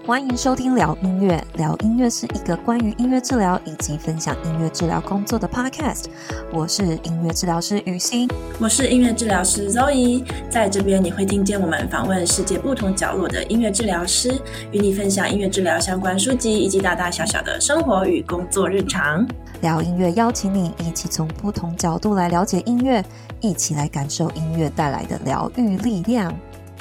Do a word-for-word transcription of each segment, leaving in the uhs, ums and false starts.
欢迎收听聊音乐。聊音乐是一个关于音乐治疗以及分享音乐治疗工作的 podcast。我是音乐治疗师雨欣， 我是音乐治疗师 Zoe。在这边你会听见我们访问世界不同角落的音乐治疗师，与你分享音乐治疗相关书籍以及大大小小的生活与工作日常。 聊音乐邀请你一起从不同角度来了解音乐，一起来感受音乐带来的疗愈力量。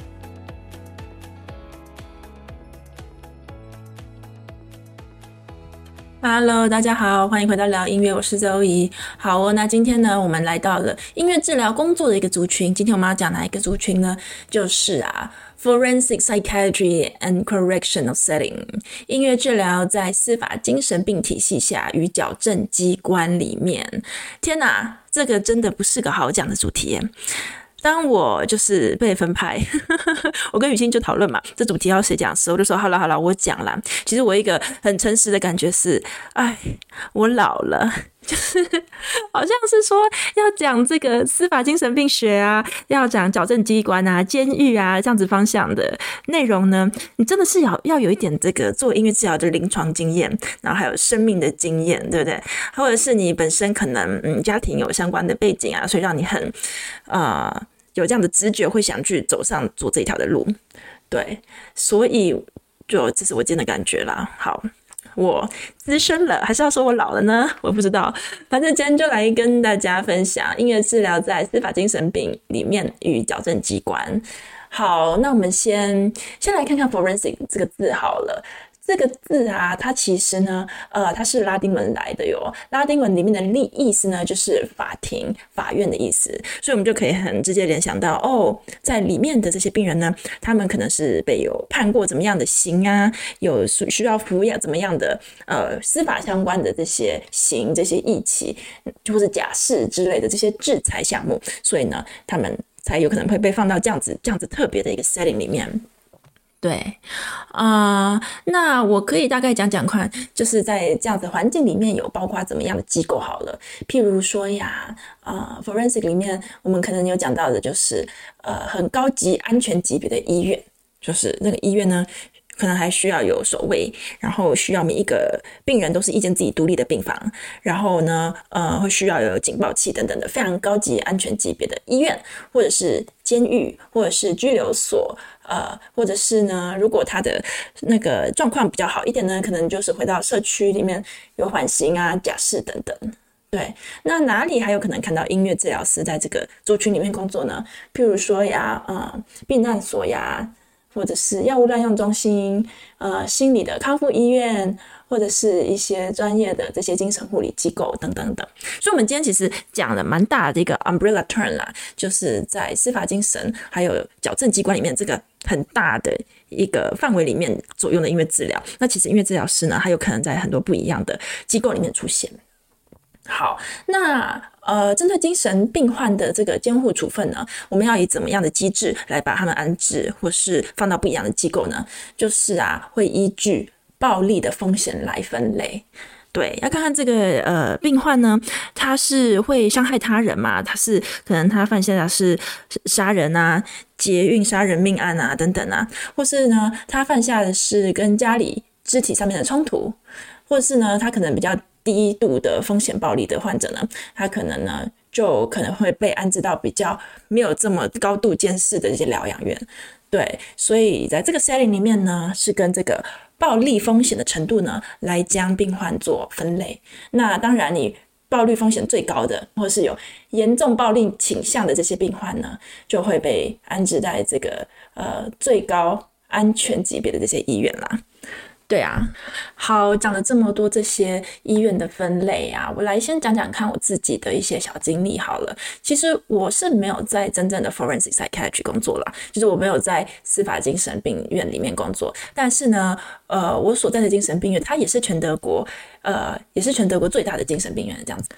Hello， 大家好，欢迎回到聊音乐，我是周怡。好哦，那今天呢，我们来到了音乐治疗工作的一个族群。今天我们要讲哪一个族群呢？就是啊 ，Forensic Psychiatry and Correctional Setting， 音乐治疗在司法精神病体系下与矫正机关里面。天哪，这个真的不是个好讲的主题耶。当我就是被分派我跟雨欣就讨论嘛，这主题要谁讲的时候，我就说好了好了，我讲啦。其实我一个很诚实的感觉是，哎，我老了，就是好像是说要讲这个司法精神病学啊，要讲矫正机关啊、监狱啊这样子方向的内容呢，你真的是要要有一点这个做音乐治疗的临床经验，然后还有生命的经验，对不对？或者是你本身可能嗯家庭有相关的背景啊，所以让你很呃有这样的直觉，会想去走上做这一条的路，对，所以就这是我今天的感觉啦。好，我资深了，还是要说我老了呢？我不知道，反正今天就来跟大家分享音乐治疗在司法精神病里面与矫正机关。好，那我们先先来看看 forensic 这个字好了。这个字啊，它其实呢，呃，它是拉丁文来的哟。拉丁文里面的意思呢，就是法庭、法院的意思，所以我们就可以很直接联想到，哦，在里面的这些病人呢，他们可能是被有判过怎么样的刑啊，有需要服药怎么样的呃司法相关的这些刑、这些役期，或是假释之类的这些制裁项目，所以呢，他们才有可能会被放到这样子、这样子特别的一个 setting 里面。对啊、呃，那我可以大概讲讲看，就是在这样子环境里面有包括怎么样的机构好了。譬如说呀，呃 ，forensic 里面我们可能有讲到的就是呃很高级安全级别的医院，就是那个医院呢，可能还需要有守卫，然后需要每一个病人都是一间自己独立的病房，然后呢，呃，会需要有警报器等等的非常高级安全级别的医院，或者是监狱，或者是拘留所，呃，或者是呢，如果他的那个状况比较好一点呢，可能就是回到社区里面有缓刑啊、假释等等。对，那哪里还有可能看到音乐治疗师在这个族群里面工作呢？譬如说呀，呃，避难所呀，或者是药物滥用中心，呃，心理的康复医院，或者是一些专业的这些精神护理机构等等等。所以我们今天其实讲了蛮大的一个 umbrella term 啦，就是在司法精神还有矫正机关里面这个很大的一个范围里面所用的音乐治疗。那其实音乐治疗师呢，还有可能在很多不一样的机构里面出现。好，那呃，针对精神病患的这个监护处分呢，我们要以怎么样的机制来把他们安置，或是放到不一样的机构呢？就是啊，会依据暴力的风险来分类。对，要看看这个呃病患呢，他是会伤害他人嘛？他是可能他犯下的是杀人啊、劫运、杀人命案啊等等啊，或是呢，他犯下的是跟家里肢体上面的冲突，或者是呢，他可能比较低度的风险暴力的患者呢，他可能呢就可能会被安置到比较没有这么高度监视的这些疗养院。对，所以在这个 setting 里面呢，是跟这个暴力风险的程度呢来将病患做分类。那当然你暴力风险最高的，或是有严重暴力倾向的这些病患呢，就会被安置在这个呃最高安全级别的这些医院啦。对啊，好，讲了这么多这些医院的分类啊，我来先讲讲看我自己的一些小经历好了。其实我是没有在真正的 forensic psychiatry 工作啦，就是我没有在司法精神病院里面工作，但是呢，呃，我所在的精神病院它也是全德国，呃，也是全德国最大的精神病院这样子。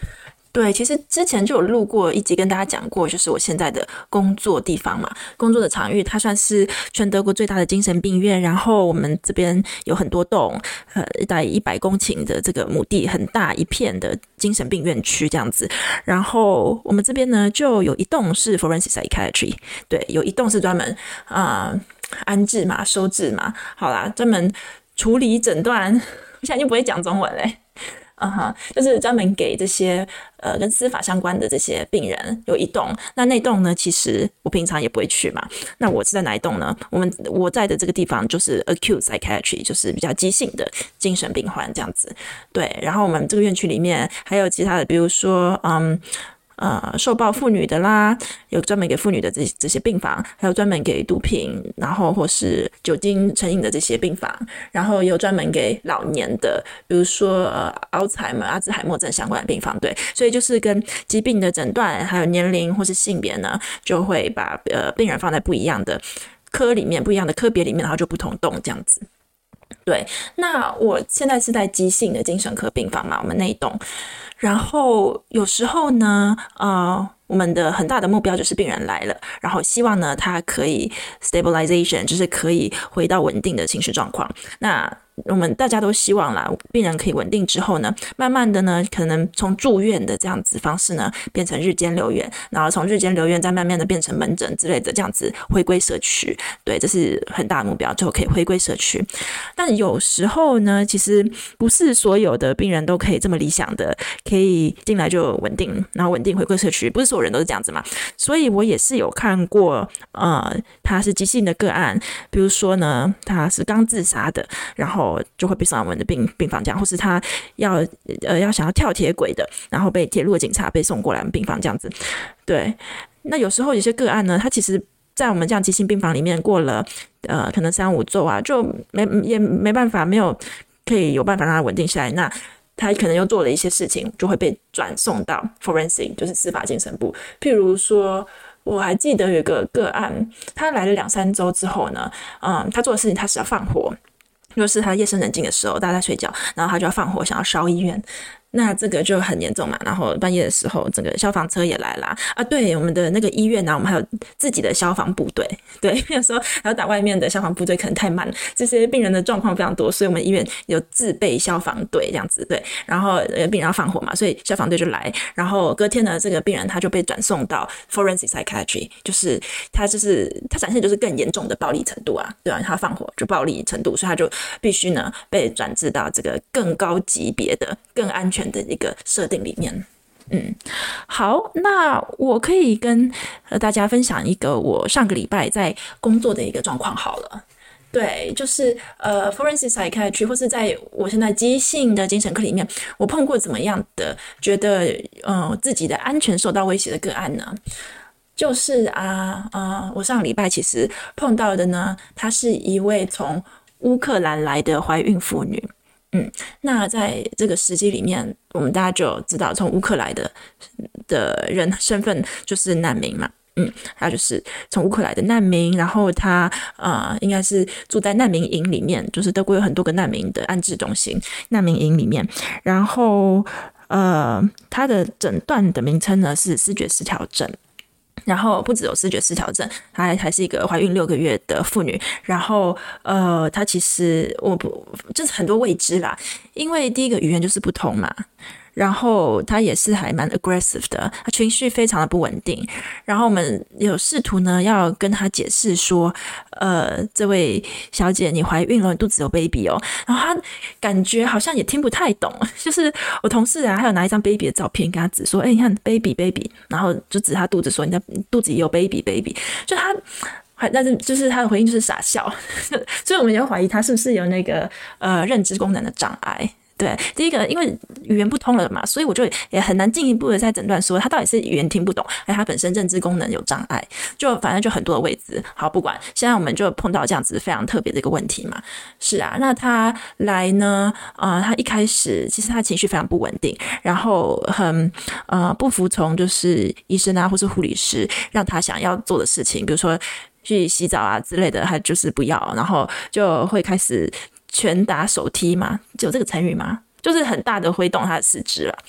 对，其实之前就有录过一集跟大家讲过，就是我现在的工作地方嘛，工作的场域它算是全德国最大的精神病院，然后我们这边有很多栋，呃，大概一百公顷的这个亩地，很大一片的精神病院区这样子。然后我们这边呢，就有一栋是 forensic psychiatry， 对，有一栋是专门啊、呃、安置嘛、收治嘛，好啦，专门处理诊断，我现在就不会讲中文嘞。嗯哼，就是专门给这些呃跟司法相关的这些病人有一栋，那那栋呢，其实我平常也不会去嘛。那我是在哪一栋呢？我们我在的这个地方就是 acute psychiatry， 就是比较急性的精神病患这样子。对，然后我们这个院区里面还有其他的，比如说嗯。呃，受暴妇女的啦，有专门给妇女的这这些病房，还有专门给毒品，然后或是酒精成瘾的这些病房，然后也有专门给老年的，比如说呃，阿兹海默、阿兹海默症相关的病房。对，所以就是跟疾病的诊断，还有年龄或是性别呢，就会把呃病人放在不一样的科里面，不一样的科别里面，然后就不同栋这样子。对，那我现在是在急性的精神科病房嘛，我们那一栋。然后有时候呢，呃，我们的很大的目标就是病人来了，然后希望呢他可以 stabilization， 就是可以回到稳定的情绪状况。那我们大家都希望啦，病人可以稳定之后呢，慢慢的呢，可能从住院的这样子方式呢，变成日间留院，然后从日间留院再慢慢的变成门诊之类的，这样子回归社区。对，这是很大的目标，最后可以回归社区。但有时候呢，其实不是所有的病人都可以这么理想的，可以进来就稳定，然后稳定回归社区，不是所有人都是这样子嘛。所以我也是有看过，呃，他是急性的个案，比如说呢，他是刚自杀的，然后就会被送到我们的病病房这样，或是他要呃要想要跳铁轨的，然后被铁路的警察被送过来我们病房这样子。对，那有时候有些个案呢，他其实在我们这样急性病房里面过了呃可能三五周啊，就没也没办法，没有可以有办法让他稳定下来，那他可能又做了一些事情，就会被转送到 forensic， 就是司法精神部。譬如说，我还记得有一个个案，他来了两三周之后呢，嗯，他做的事情他是要放火。就是他夜深人静的时候，大家在睡觉，然后他就要放火，想要烧医院。那这个就很严重嘛，然后半夜的时候，整个消防车也来啦。啊，对，我们的那个医院呢、啊，我们还有自己的消防部队，对，有时候还要打外面的消防部队，可能太慢了，这些病人的状况非常多，所以我们医院有自备消防队这样子，对，然后呃病人要放火嘛，所以消防队就来，然后隔天呢，这个病人他就被转送到 forensic psychiatry， 就是他就是他展现就是更严重的暴力程度啊，对吧？他放火就暴力程度，所以他就必须呢被转至到这个更高级别的、更安全的一个设定里面。嗯，好，那我可以跟大家分享一个我上个礼拜在工作的一个状况好了。对，就是呃 forensic psychiatry 或是在我现在急性的精神科里面，我碰过怎么样的觉得呃自己的安全受到威胁的个案呢？就是啊呃，我上个礼拜其实碰到的呢，她是一位从乌克兰来的怀孕妇女。嗯，那在这个时机里面，我们大家就知道，从乌克兰的的人身份就是难民嘛。嗯，他就是从乌克兰的难民，然后他呃应该是住在难民营里面，就是德国有很多个难民的安置中心，难民营里面，然后呃他的诊断的名称呢是思觉失调症。然后不只有思觉失调症，她还还是一个怀孕六个月的妇女。然后呃，她其实我不就是很多未知啦，因为第一个语言就是不同嘛。然后她也是还蛮 aggressive 的，她情绪非常的不稳定。然后我们有试图呢要跟她解释说，呃，这位小姐你怀孕了，你肚子有 baby 哦。然后她感觉好像也听不太懂，就是我同事啊，还有拿一张 baby 的照片跟她指说，哎，你看 baby baby， 然后就指她肚子说，你的肚子也有 baby baby， 就她。但是就是他的回应就是傻笑，所以我们就怀疑他是不是有那个呃认知功能的障碍。对，第一个因为语言不通了嘛，所以我就也很难进一步的在诊断说他到底是语言听不懂，还是他本身认知功能有障碍，就反正就很多的位置。好，不管，现在我们就碰到这样子非常特别的一个问题嘛。是啊，那他来呢，呃，他一开始其实他情绪非常不稳定，然后很呃不服从就是医生啊或是护理师让他想要做的事情，比如说去洗澡啊之类的，他就是不要，然后就会开始拳打手踢嘛，有这个成语吗？就是很大的挥动他的四肢了。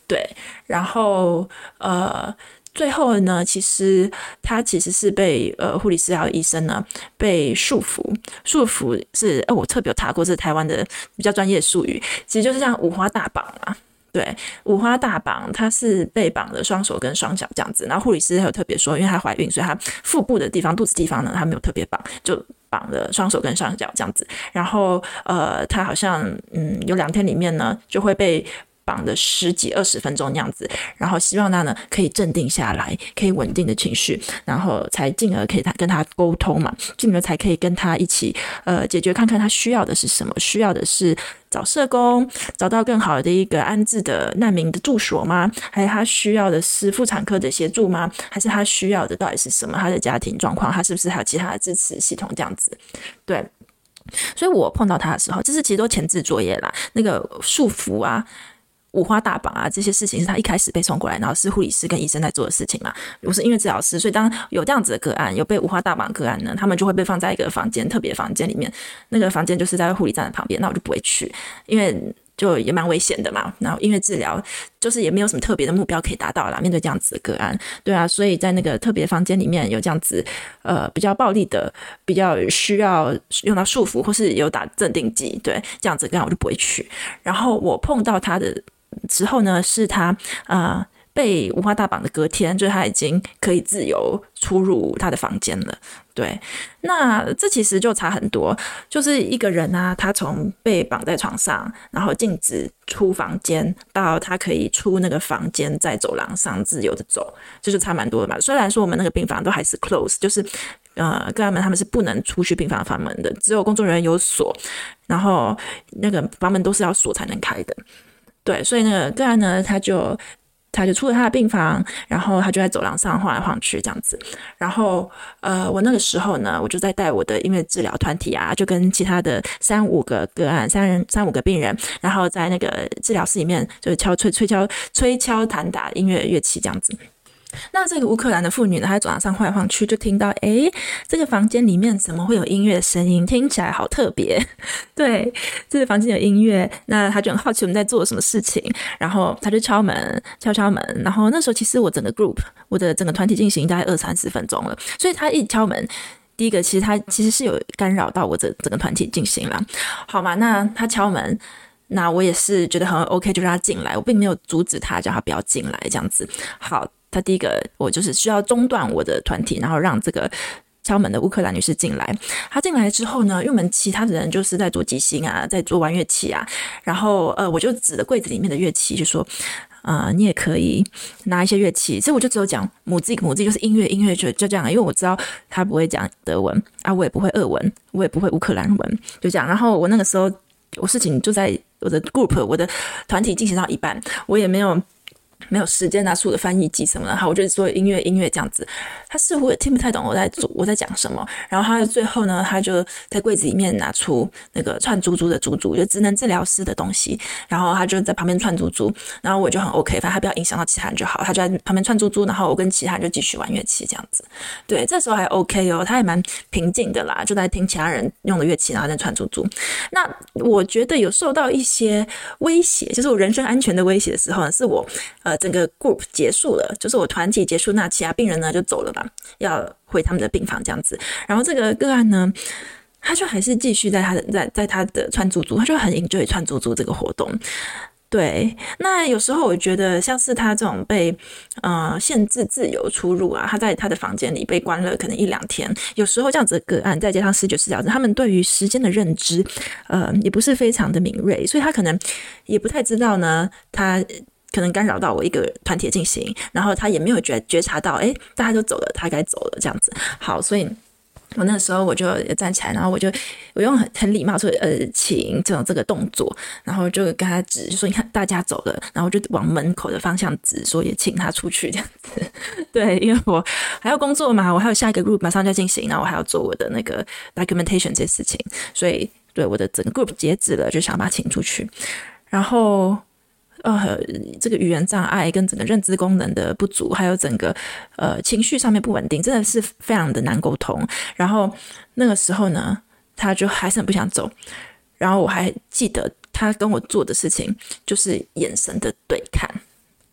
对，然后呃。最后呢，其实他其实是被呃护理师还有医生呢被束缚，束缚是呃我特别有查过，这是台湾的比较专业的术语，其实就是像五花大绑啊。对，五花大绑，她是被绑了双手跟双脚这样子，然后护理师还有特别说，因为她怀孕，所以她腹部的地方、肚子地方呢，她没有特别绑，就绑了双手跟双脚这样子。然后呃，她好像嗯有两天里面呢就会被绑的十几二十分钟那样子，然后希望他呢可以镇定下来，可以稳定的情绪，然后才进而可以跟他沟通嘛，进而才可以跟他一起呃解决看看他需要的是什么，需要的是找社工，找到更好的一个安置的难民的住所吗？还是他需要的是妇产科的协助吗？还是他需要的到底是什么？他的家庭状况，他是不是还有其他的支持系统这样子？对。所以我碰到他的时候，这是其实都前置作业啦，那个束缚啊。五花大绑啊，这些事情是他一开始被送过来，然后是护理师跟医生在做的事情嘛。我是音乐治疗师，所以当有这样子的个案，有被五花大绑的个案呢，他们就会被放在一个房间，特别房间里面。那个房间就是在护理站的旁边，那我就不会去，因为就也蛮危险的嘛。然后音乐治疗就是也没有什么特别的目标可以达到啦，面对这样子的个案，对啊，所以在那个特别房间里面有这样子呃比较暴力的，比较需要用到束缚或是有打镇定剂，对，这样子个案我就不会去。然后我碰到他的之后呢，是他呃被五花大绑的隔天，就是他已经可以自由出入他的房间了。对，那这其实就差很多，就是一个人啊，他从被绑在床上，然后禁止出房间，到他可以出那个房间，在走廊上自由的走，这就差蛮多的嘛。虽然说我们那个病房都还是 close， 就是呃，个案们他们是不能出去病房房门的，只有工作人员有锁，然后那个房门都是要锁才能开的。对，所以那个个案呢，他就他就出了他的病房，然后他就在走廊上晃来晃去这样子。然后呃，我那个时候呢，我就在带我的音乐治疗团体啊，就跟其他的三五个个案、三人三五个病人，然后在那个治疗室里面就是敲吹吹敲吹敲弹打音乐乐器这样子。那这个乌克兰的妇女呢，她在走廊上晃来晃去，就听到诶，这个房间里面怎么会有音乐的声音，听起来好特别。对，这个房间有音乐，那她就很好奇我们在做什么事情，然后她就敲门敲敲门，然后那时候其实我整个 group 我的整个团体进行大概二三十分钟了，所以她一敲门，第一个其实她其实是有干扰到我这整个团体进行了。好嘛，那她敲门，那我也是觉得很 OK， 就让她进来，我并没有阻止她，叫她不要进来这样子。好，他第一个我就是需要中断我的团体，然后让这个敲门的乌克兰女士进来。她进来之后呢，因为我们其他的人就是在做即兴啊，在做玩乐器啊，然后呃，我就指了柜子里面的乐器，就说呃，你也可以拿一些乐器。所以我就只有讲母字母字就是音乐音乐就就这样，因为我知道他不会讲德文啊，我也不会俄文，我也不会乌克兰文，就这样。然后我那个时候我事情就在我的 group 我的团体进行到一半，我也没有没有时间拿出我的翻译机什么的，好，我就说音乐音乐这样子，他似乎也听不太懂我在做我在讲什么。然后他最后呢，他就在柜子里面拿出那个串珠珠的珠珠，就职能治疗师的东西，然后他就在旁边串珠珠，然后我就很 OK， 反正他不要影响到其他人就好，他就在旁边串珠珠，然后我跟其他人就继续玩乐器这样子。对，这时候还 OK 哦，他还蛮平静的啦，就在听其他人用的乐器，然后在串珠珠。那我觉得有受到一些威胁，就是我人身安全的威胁的时候呢，是我呃整个 group 结束了，就是我团体结束，那其他病人呢就走了吧，要回他们的病房这样子。然后这个个案呢，他就还是继续在他的在在他的串珠珠，他就很 enjoy 串珠珠这个活动。对，那有时候我觉得像是他这种被呃限制自由出入啊，他在他的房间里被关了可能一两天，有时候这样子的个案，再加上视觉失调症，他们对于时间的认知呃也不是非常的敏锐，所以他可能也不太知道呢，他可能干扰到我一个团体的进行，然后他也没有觉觉察到，哎，大家都走了，他该走了这样子。好，所以我那时候我就站起来，然后我就我用很很礼貌说呃请这种这个动作，然后就跟他指，就说你看大家走了，然后就往门口的方向指，说也请他出去这样子。对，因为我还要工作嘛，我还有下一个 group 马上就要进行，然后我还要做我的那个 documentation 这些事情，所以对我的整个 group 截止了，就想把他请出去，然后。呃，这个语言障碍跟整个认知功能的不足，还有整个呃情绪上面不稳定，真的是非常的难沟通。然后那个时候呢，他就还是很不想走。然后我还记得他跟我做的事情就是眼神的对看。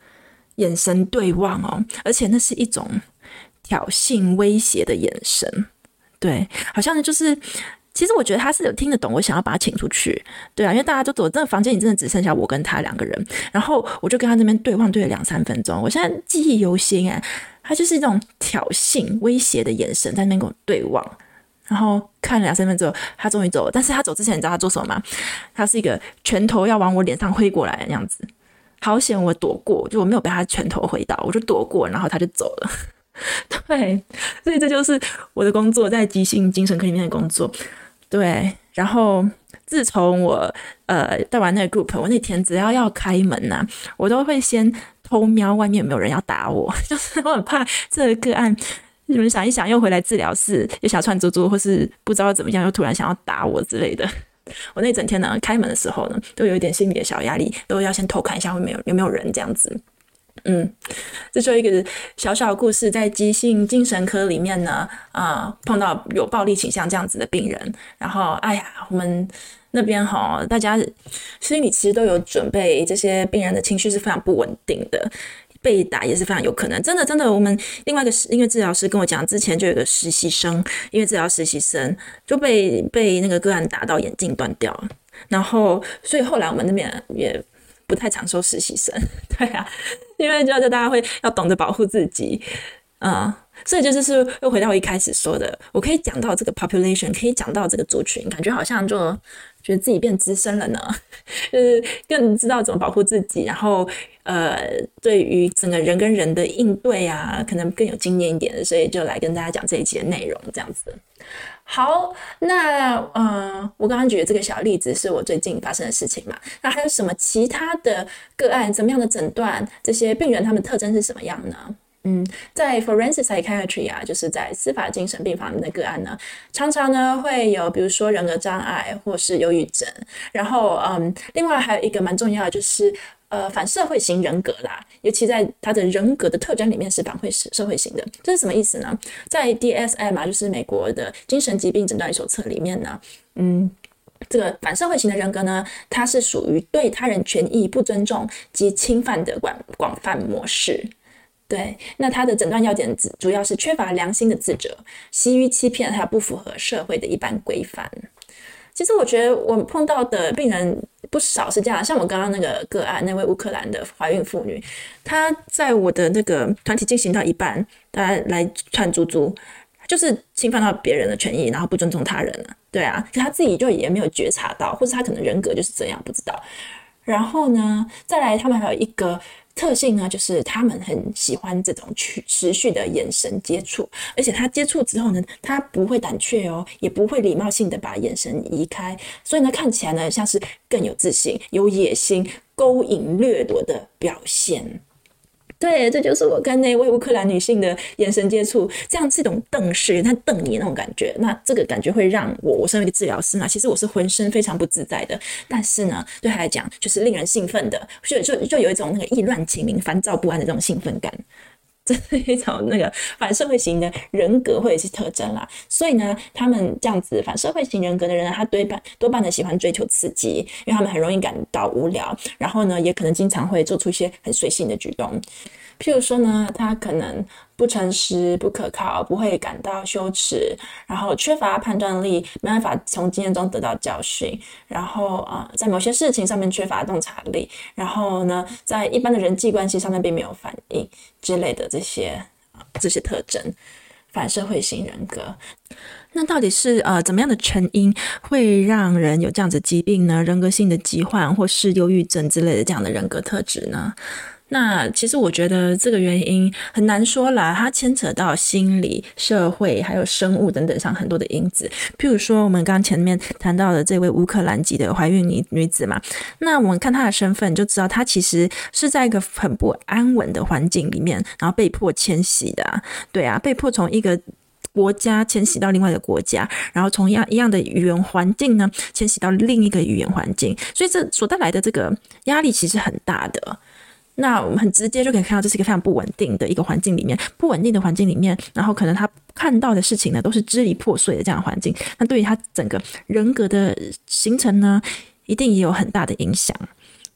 眼神对望哦，而且那是一种挑衅威胁的眼神。对，好像就是其实我觉得他是有听得懂我想要把他请出去。对啊，因为大家都走，这个房间里真的只剩下我跟他两个人，然后我就跟他那边对望对了两三分钟，我现在记忆犹新哎，他就是一种挑衅威胁的眼神在那边跟我对望，然后看了两三分钟之后他终于走了。但是他走之前你知道他做什么吗？他是一个拳头要往我脸上挥过来的样子，好险我躲过，就我没有被他拳头挥到，我就躲过，然后他就走了。对，所以这就是我的工作，在即兴精神科里面的工作。对，然后自从我呃带完那个 group， 我那天只要要开门啊，我都会先偷瞄外面有没有人要打我，就是我很怕这个个案你们想一想又回来治疗室又想串珠珠，或是不知道怎么样又突然想要打我之类的。我那整天呢开门的时候呢都有一点心理的小压力，都要先偷看一下有没有有没有人这样子。嗯，这就一个小小的故事，在急性精神科里面呢，啊、呃，碰到有暴力倾向这样子的病人，然后，哎呀，我们那边哈，大家心里其实都有准备，这些病人的情绪是非常不稳定的，被打也是非常有可能。真的，真的，我们另外一个音乐治疗师跟我讲，之前就有个实习生，音乐治疗实习生就被被那个个案打到眼镜断掉了，然后，所以后来我们那边也不太常收实习生，对啊，因为就大家会要懂得保护自己，嗯，所以就是是又回到我一开始说的，我可以讲到这个 population， 可以讲到这个族群，感觉好像就觉得自己变资深了呢，就是更知道怎么保护自己，然后呃，对于整个人跟人的应对啊，可能更有经验一点的，所以就来跟大家讲这一期的内容，这样子。好，那呃，我刚刚举的这个小例子是我最近发生的事情嘛？那还有什么其他的个案？怎么样的诊断？这些病人他们特征是什么样呢？嗯，在 forensic psychiatry 啊，就是在司法精神病房里面的个案呢，常常呢会有比如说人格障碍或是忧郁症，然后嗯，另外还有一个蛮重要的就是呃反社会型人格啦，尤其在他的人格的特征里面是反会社会型的，这是什么意思呢？在 D S M 啊，就是美国的精神疾病诊断手册里面呢，嗯。这个反社会型的人格呢，它是属于对他人权益不尊重及侵犯的广广泛模式。对，那他的诊断要点主要是缺乏良心的自责、习于欺骗，还有不符合社会的一般规范。其实我觉得我碰到的病人不少是这样，像我刚刚那个个案，那位乌克兰的怀孕妇女，她在我的那个团体进行到一半，她来串珠珠，就是侵犯到别人的权益，然后不尊重他人了。对啊，可他自己就也没有觉察到，或者他可能人格就是这样，不知道。然后呢，再来他们还有一个特性呢，就是他们很喜欢这种持续的眼神接触，而且他接触之后呢，他不会胆怯哦，也不会礼貌性的把眼神移开，所以呢，看起来呢像是更有自信、有野心、勾引掠夺的表现。对，这就是我跟那位乌克兰女性的眼神接触，这样是一种瞪视，她瞪你那种感觉，那这个感觉会让我，我身为一个治疗师嘛，其实我是浑身非常不自在的，但是呢，对她来讲就是令人兴奋的，就就就有一种那个意乱情迷、烦躁不安的这种兴奋感。这是一种那个反社会型的人格或者是特征啦，所以呢，他们这样子反社会型人格的人呢，他多半多半的喜欢追求刺激，因为他们很容易感到无聊，然后呢，也可能经常会做出一些很随性的举动，譬如说呢，他可能不诚实、不可靠，不会感到羞耻，然后缺乏判断力，没办法从经验中得到教训，然后呃，在某些事情上面缺乏洞察力，然后呢，在一般的人际关系上面并没有反应之类的这些、呃、这些特征，反社会型人格。那到底是呃怎么样的成因会让人有这样子疾病呢？人格性的疾患或是忧郁症之类的这样的人格特质呢？那其实我觉得这个原因很难说啦，它牵扯到心理、社会还有生物等等上很多的因子。譬如说我们刚前面谈到的这位乌克兰籍的怀孕 女, 女子嘛，那我们看她的身份就知道她其实是在一个很不安稳的环境里面，然后被迫迁徙的、啊、对啊，被迫从一个国家迁徙到另外一个国家，然后从一样一样的语言环境呢迁徙到另一个语言环境，所以这所带来的这个压力其实很大的。那我们很直接就可以看到，这是一个非常不稳定的一个环境里面，不稳定的环境里面，然后可能他看到的事情呢都是支离破碎的这样的环境，那对于他整个人格的形成呢，一定也有很大的影响。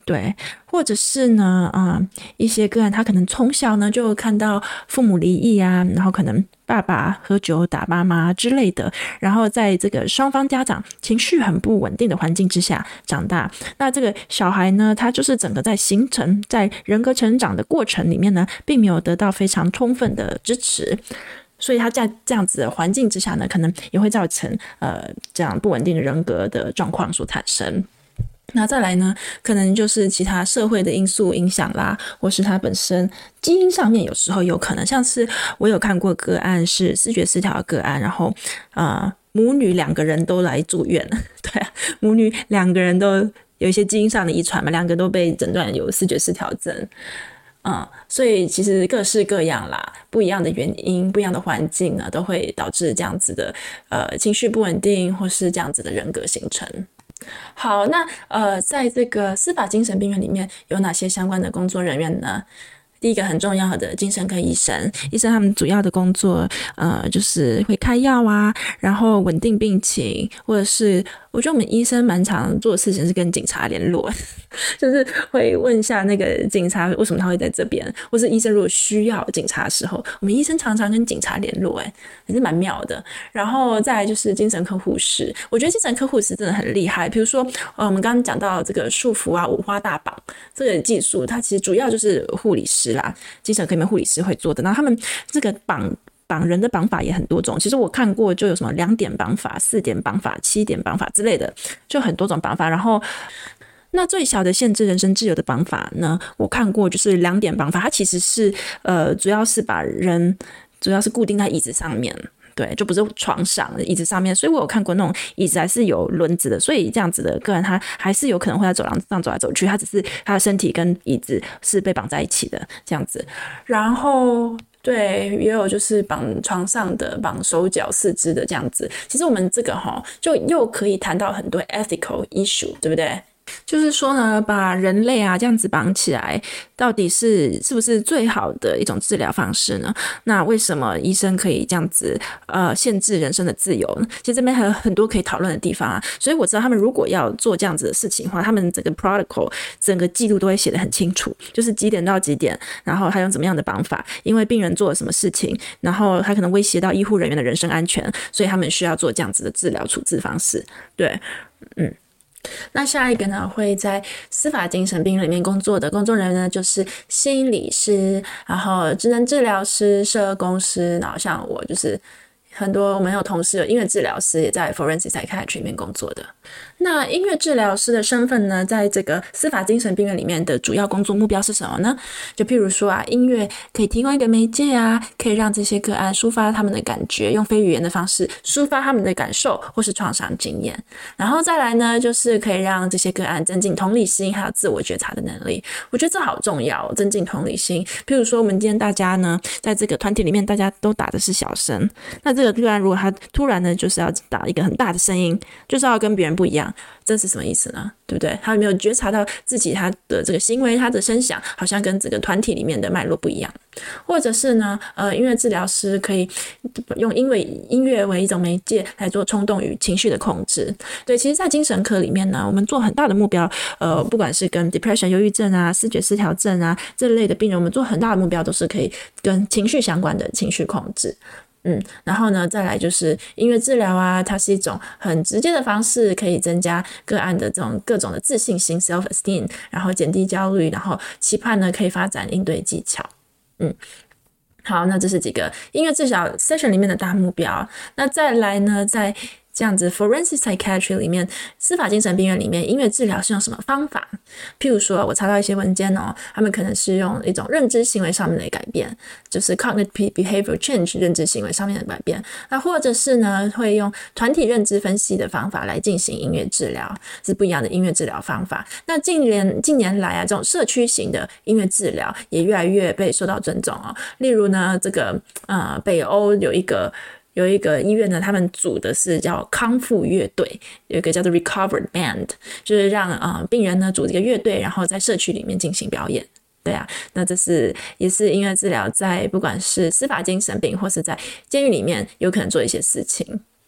对，或者是呢，啊、呃，一些个案他可能从小呢就看到父母离异啊，然后可能爸爸喝酒打妈妈之类的，然后在这个双方家长情绪很不稳定的环境之下长大，那这个小孩呢，他就是整个在形成在人格成长的过程里面呢，并没有得到非常充分的支持。所以他在这样子的环境之下呢，可能也会造成呃这样不稳定的人格的状况所产生。那再来呢，可能就是其他社会的因素影响啦，或是他本身基因上面有时候有可能，像是我有看过个案是思觉失调的个案，然后呃母女两个人都来住院，对啊，母女两个人都有一些基因上的遗传嘛，两个都被诊断有思觉失调症。嗯，所以其实各式各样啦，不一样的原因，不一样的环境呢，都会导致这样子的呃情绪不稳定，或是这样子的人格形成。好，那呃，在这个司法精神病院里面有哪些相关的工作人员呢？第一个很重要的精神科医生，医生他们主要的工作呃就是会开药啊，然后稳定病情，或者是我觉得我们医生蛮常做的事情是跟警察联络，就是会问一下那个警察为什么他会在这边，或是医生如果需要警察的时候，我们医生常常跟警察联络，哎，也是蛮妙的。然后再来就是精神科护士，我觉得精神科护士真的很厉害。比如说，呃，我们刚刚讲到这个束缚啊、五花大绑这个技术，它其实主要就是护理师啦，精神科里面护理师会做的。然后他们这个绑。绑人的绑法也很多种，其实我看过就有什么两点绑法、四点绑法、七点绑法之类的，就很多种绑法。然后那最小的限制人身自由的绑法呢，我看过就是两点绑法，它其实是呃主要是把人主要是固定在椅子上面，对，就不是床上椅子上面，所以我有看过那种椅子还是有轮子的，所以这样子的个人他还是有可能会在走廊上走来走去，他只是他的身体跟椅子是被绑在一起的这样子。然后对，也有就是绑床上的、绑手脚四肢的这样子。其实我们这个齁，就又可以谈到很多 ethical issue， 对不对？就是说呢，把人类啊这样子绑起来，到底是是不是最好的一种治疗方式呢？那为什么医生可以这样子呃限制人身的自由呢？其实这边还有很多可以讨论的地方啊。所以我知道他们如果要做这样子的事情的话，他们整个 protocol 整个记录都会写得很清楚，就是几点到几点，然后他用怎么样的绑法，因为病人做了什么事情，然后他可能威胁到医护人员的人身安全，所以他们需要做这样子的治疗处置方式。对，嗯。那下一个呢，会在司法精神病院里面工作的工作人员呢，就是心理师，然后职能治疗师、社工师，然后像我就是很多我们有同事有音乐治疗师也在 Forensic Psychiatry 里面工作的。那音乐治疗师的身份呢，在这个司法精神病院里面的主要工作目标是什么呢？就譬如说啊，音乐可以提供一个媒介啊，可以让这些个案抒发他们的感觉，用非语言的方式抒发他们的感受或是创伤经验。然后再来呢，就是可以让这些个案增进同理心还有自我觉察的能力。我觉得这好重要哦，增进同理心。譬如说我们今天大家呢，在这个团体里面大家都打的是小声，那这个个案如果他突然呢就是要打一个很大的声音，就是要跟别人不一样，这是什么意思呢？对不对？他有没有觉察到自己他的这个行为，他的声响好像跟这个团体里面的脉络不一样？或者是呢，呃，音乐治疗师可以用音乐音乐为一种媒介来做冲动与情绪的控制。对，其实在精神科里面呢，我们做很大的目标，呃，不管是跟 depression 忧郁症啊、思觉失调症啊这类的病人，我们做很大的目标都是可以跟情绪相关的情绪控制。嗯，然后呢，再来就是音乐治疗啊，它是一种很直接的方式，可以增加个案的这种各种的自信心 self-esteem， 然后减低焦虑，然后期盼呢可以发展应对技巧。嗯，好，那这是几个音乐治疗 session 里面的大目标。那再来呢，在这样子 Forensic Psychiatry 里面，司法精神病院里面，音乐治疗是用什么方法？譬如说我查到一些文件哦，他们可能是用一种认知行为上面的改变，就是 cognitive behavior change 认知行为上面的改变。那或者是呢，会用团体认知分析的方法来进行音乐治疗，是不一样的音乐治疗方法。那近年近年来啊，这种社区型的音乐治疗也越来越被受到尊重哦。例如呢，这个呃北欧有一个。有一个医院呢，他们组的是叫康复乐队，有一个叫做 Recovered Band， 就是让呃病人呢组一个乐队，然后在社区里面进行表演。对啊，那这是也是音乐治疗在不管是司法精神病或是在监狱里面有可能做一些事情。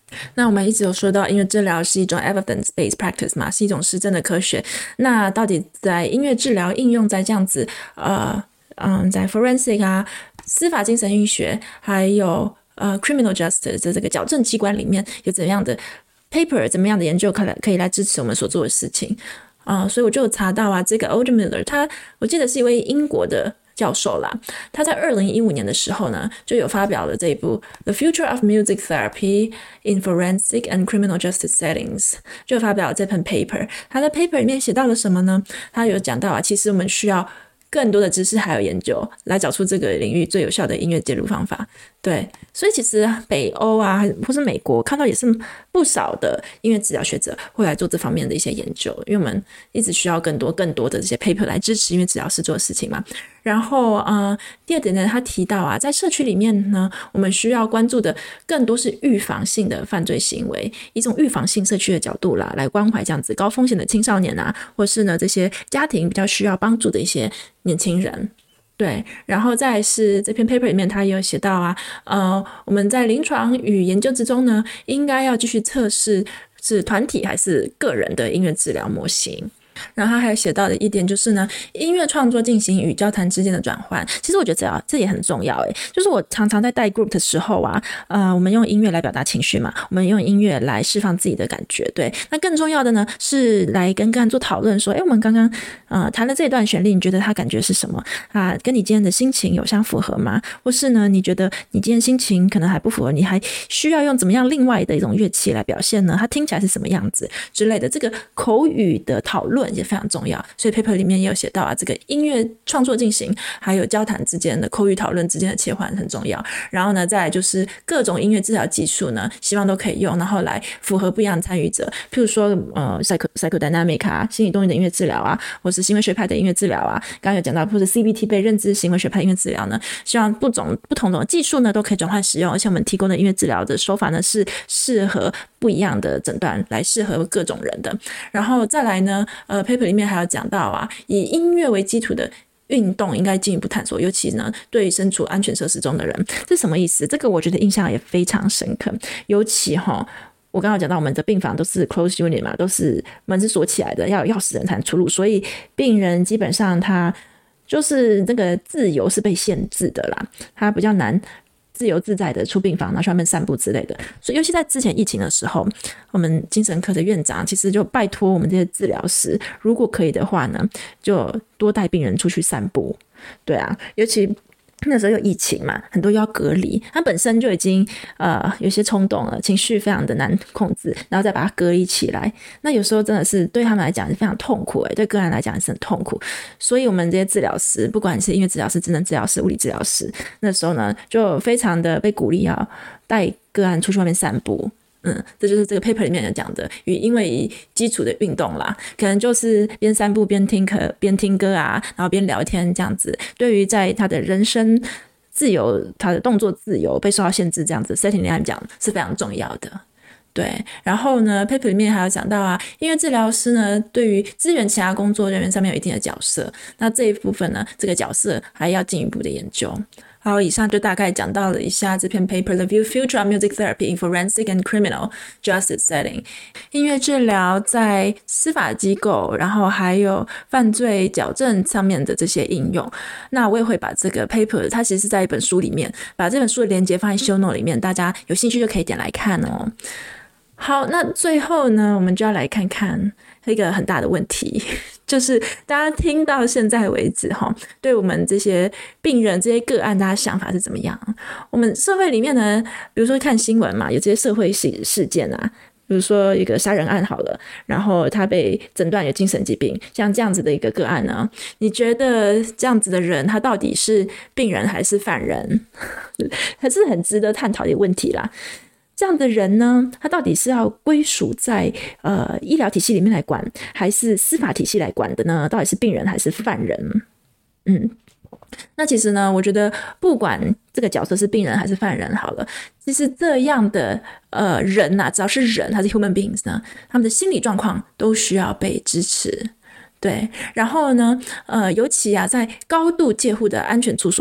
那我们一直有说到音乐治疗是一种 evidence-based practice 嘛，是一种实证的科学。那到底在音乐治疗应用在这样子呃嗯，在 forensic 啊、司法精神医学还有呃 criminal justice 的这个矫正机关里面有怎样的 paper 怎么样的研究可以来可以来支持我们所做的事情啊、呃？所以我就有查到啊，这个 Oldmiller 他我记得是一位英国的教授啦，他在二零一五年的时候呢，就有发表了这一部 The Future of Music Therapy in Forensic and Criminal Justice Settings， 就发表了这篇 paper。他在 paper 里面写到了什么呢？他有讲到啊，其实我们需要更多的知识还有研究来找出这个领域最有效的音乐介入方法。对，所以其实北欧啊或是美国看到也是不少的音乐治疗学者会来做这方面的一些研究，因为我们一直需要更多更多的这些 paper 来支持音乐治疗师做的事情嘛。然后呃，第二点呢，他提到啊，在社区里面呢，我们需要关注的更多是预防性的犯罪行为，以一种预防性社区的角度啦，来关怀这样子高风险的青少年啊，或是呢这些家庭比较需要帮助的一些年轻人。对，然后再来是这篇 paper 里面他也有写到啊，呃，我们在临床与研究之中呢，应该要继续测试是团体还是个人的音乐治疗模型。然后他还有写到的一点就是呢，音乐创作进行与交谈之间的转换。其实我觉得这样这也很重要诶，就是我常常在带 group 的时候啊，呃，我们用音乐来表达情绪嘛，我们用音乐来释放自己的感觉。对，那更重要的呢是来跟个案做讨论，说，诶，我们刚刚呃弹了这段旋律，你觉得它感觉是什么啊？跟你今天的心情有相符合吗？或是呢，你觉得你今天心情可能还不符合，你还需要用怎么样另外的一种乐器来表现呢？它听起来是什么样子之类的？这个口语的讨论也非常重要，所以 paper 里面也有写到啊，这个音乐创作进行还有交谈之间的口语讨论之间的切换很重要。然后呢，再来就是各种音乐治疗技术呢，希望都可以用，然后来符合不一样的参与者。譬如说呃 psycho psychodynamic 啊，心理动力的音乐治疗啊，或是行为学派的音乐治疗啊，刚刚有讲到或者 C B T 被认知行为学派音乐治疗呢，希望不种不同的技术呢都可以转换使用，而且我们提供的音乐治疗的手法呢是适合不一样的诊断，来适合各种人的。然后再来呢，呃 paper 里面还有讲到啊，以音乐为基础的运动应该进一步探索，尤其呢对于身处安全设施中的人。这什么意思？这个我觉得印象也非常深刻。尤其齁，我刚刚讲到我们的病房都是 closed unit 嘛，都是门是锁起来的，要有钥匙人才能出入，所以病人基本上他就是那个自由是被限制的啦，他比较难自由自在的出病房，然后去外面散步之类的。所以尤其在之前疫情的时候，我们精神科的院长其实就拜托我们这些治疗师，如果可以的话呢，就多带病人出去散步。对啊，尤其那时候有疫情嘛，很多又要隔离，他本身就已经呃有些冲动了，情绪非常的难控制，然后再把它隔离起来，那有时候真的是对他们来讲是非常痛苦诶，对个案来讲也是很痛苦。所以我们这些治疗师，不管是音乐治疗师、智能治疗师、物理治疗师，那时候呢就非常的被鼓励要带个案出去外面散步。嗯，这就是这个 paper 里面有讲的，因为以基础的运动啦，可能就是边散步边听歌边听歌啊，然后边聊天这样子，对于在他的人生自由、他的动作自由被受到限制这样子 setting 来讲是非常重要的。对，然后呢 paper 里面还有讲到啊，音乐治疗师呢对于支援其他工作人员上面有一定的角色，那这一部分呢，这个角色还要进一步的研究。好，以上就大概讲到了一下这篇 paper The Future of Music Therapy in Forensic and Criminal Justice Setting， 音乐治疗在司法机构然后还有犯罪矫正上面的这些应用。那我也会把这个 paper 它其实是在一本书里面，把这本书的连结放在 show note 里面，大家有兴趣就可以点来看哦。好，那最后呢，我们就要来看看一个很大的问题，就是大家听到现在为止对我们这些病人这些个案大家想法是怎么样？我们社会里面呢，比如说看新闻嘛，有这些社会事事件啊，比如说一个杀人案好了，然后他被诊断有精神疾病，像这样子的一个个案呢，你觉得这样子的人他到底是病人还是犯人？还是很值得探讨的问题啦。这样的人呢，他到底是要归属在呃医疗体系里面来管，还是司法体系来管的呢？到底是病人还是犯人？嗯，那其实呢，我觉得不管这个角色是病人还是犯人好了，其实这样的呃人啊，只要是人，他是 human beings 呢，他们的心理状况都需要被支持。对，然后呢，呃，尤其啊，在高度戒护的安全处所。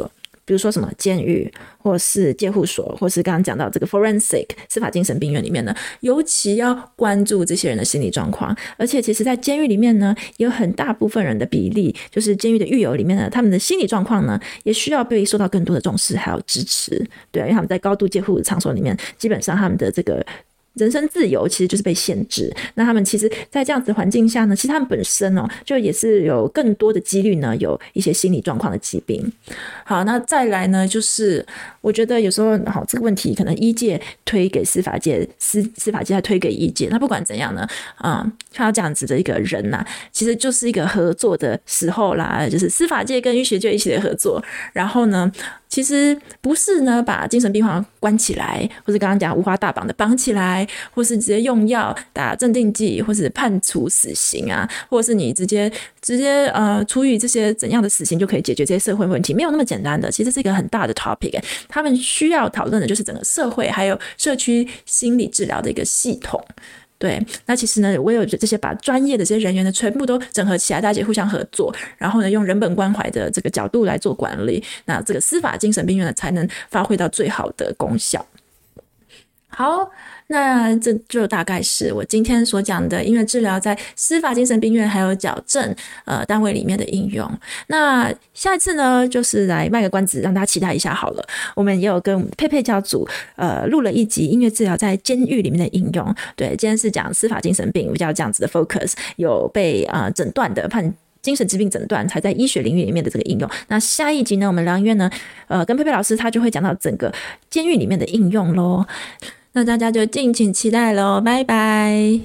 比如说什么监狱或是戒护所，或是刚刚讲到这个 forensic 司法精神病院里面呢，尤其要关注这些人的心理状况。而且其实在监狱里面呢，也有很大部分人的比例，就是监狱的狱友里面呢，他们的心理状况呢也需要被受到更多的重视还有支持。对，因为他们在高度戒护的场所里面，基本上他们的这个人身自由其实就是被限制，那他们其实在这样子的环境下呢，其实他们本身哦，就也是有更多的几率呢，有一些心理状况的疾病。好，那再来呢，就是我觉得有时候好这个问题可能医界推给司法界，司司法界再推给医界，那不管怎样呢，嗯，看到这样子的一个人呐、啊，其实就是一个合作的时候啦，就是司法界跟医学界一起的合作，然后呢。其实不是呢，把精神病患关起来，或是刚刚讲五花大绑的绑起来，或是直接用药打镇定剂，或是判处死刑啊，或者是你直接直接呃处以这些怎样的死刑就可以解决这些社会问题，没有那么简单的。其实是一个很大的 topic， 他们需要讨论的就是整个社会还有社区心理治疗的一个系统。对，那其实呢，我有这些把专业的这些人员呢，全部都整合起来，大家互相合作，然后呢，用人本关怀的这个角度来做管理，那这个司法精神病院呢，才能发挥到最好的功效。好，那这就大概是我今天所讲的音乐治疗在司法精神病院还有矫正呃单位里面的应用。那下一次呢，就是来卖个关子，让大家期待一下好了。我们也有跟佩佩教组呃录了一集音乐治疗在监狱里面的应用。对，今天是讲司法精神病比较这样子的 focus， 有被呃诊断的判。精神疾病诊断才在医学领域里面的这个应用。那下一集呢，我们疗音乐呢，呃，跟佩佩老师他就会讲到整个监狱里面的应用咯。那大家就敬请期待咯，拜拜。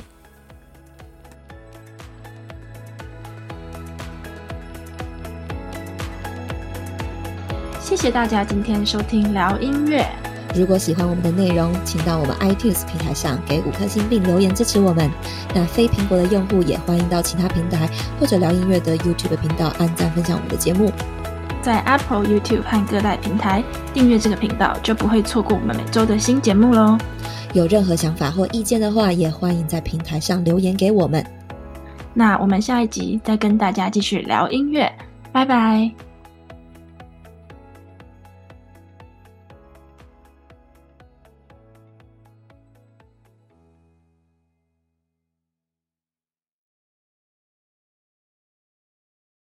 谢谢大家今天收听聊音乐。 如果喜欢我们的内容，请到我们 iTunes 平台上给五颗星并留言支持我们。那非苹果的用户也欢迎到其他平台或者聊音乐的 YouTube 频道按赞分享我们的节目。 在 Apple、YouTube 和各大平台订阅这个频道，就不会错过我们每周的新节目咯。 有任何想法或意见的话，也欢迎在平台上留言给我们。 那我们下一集再跟大家继续聊音乐，拜拜。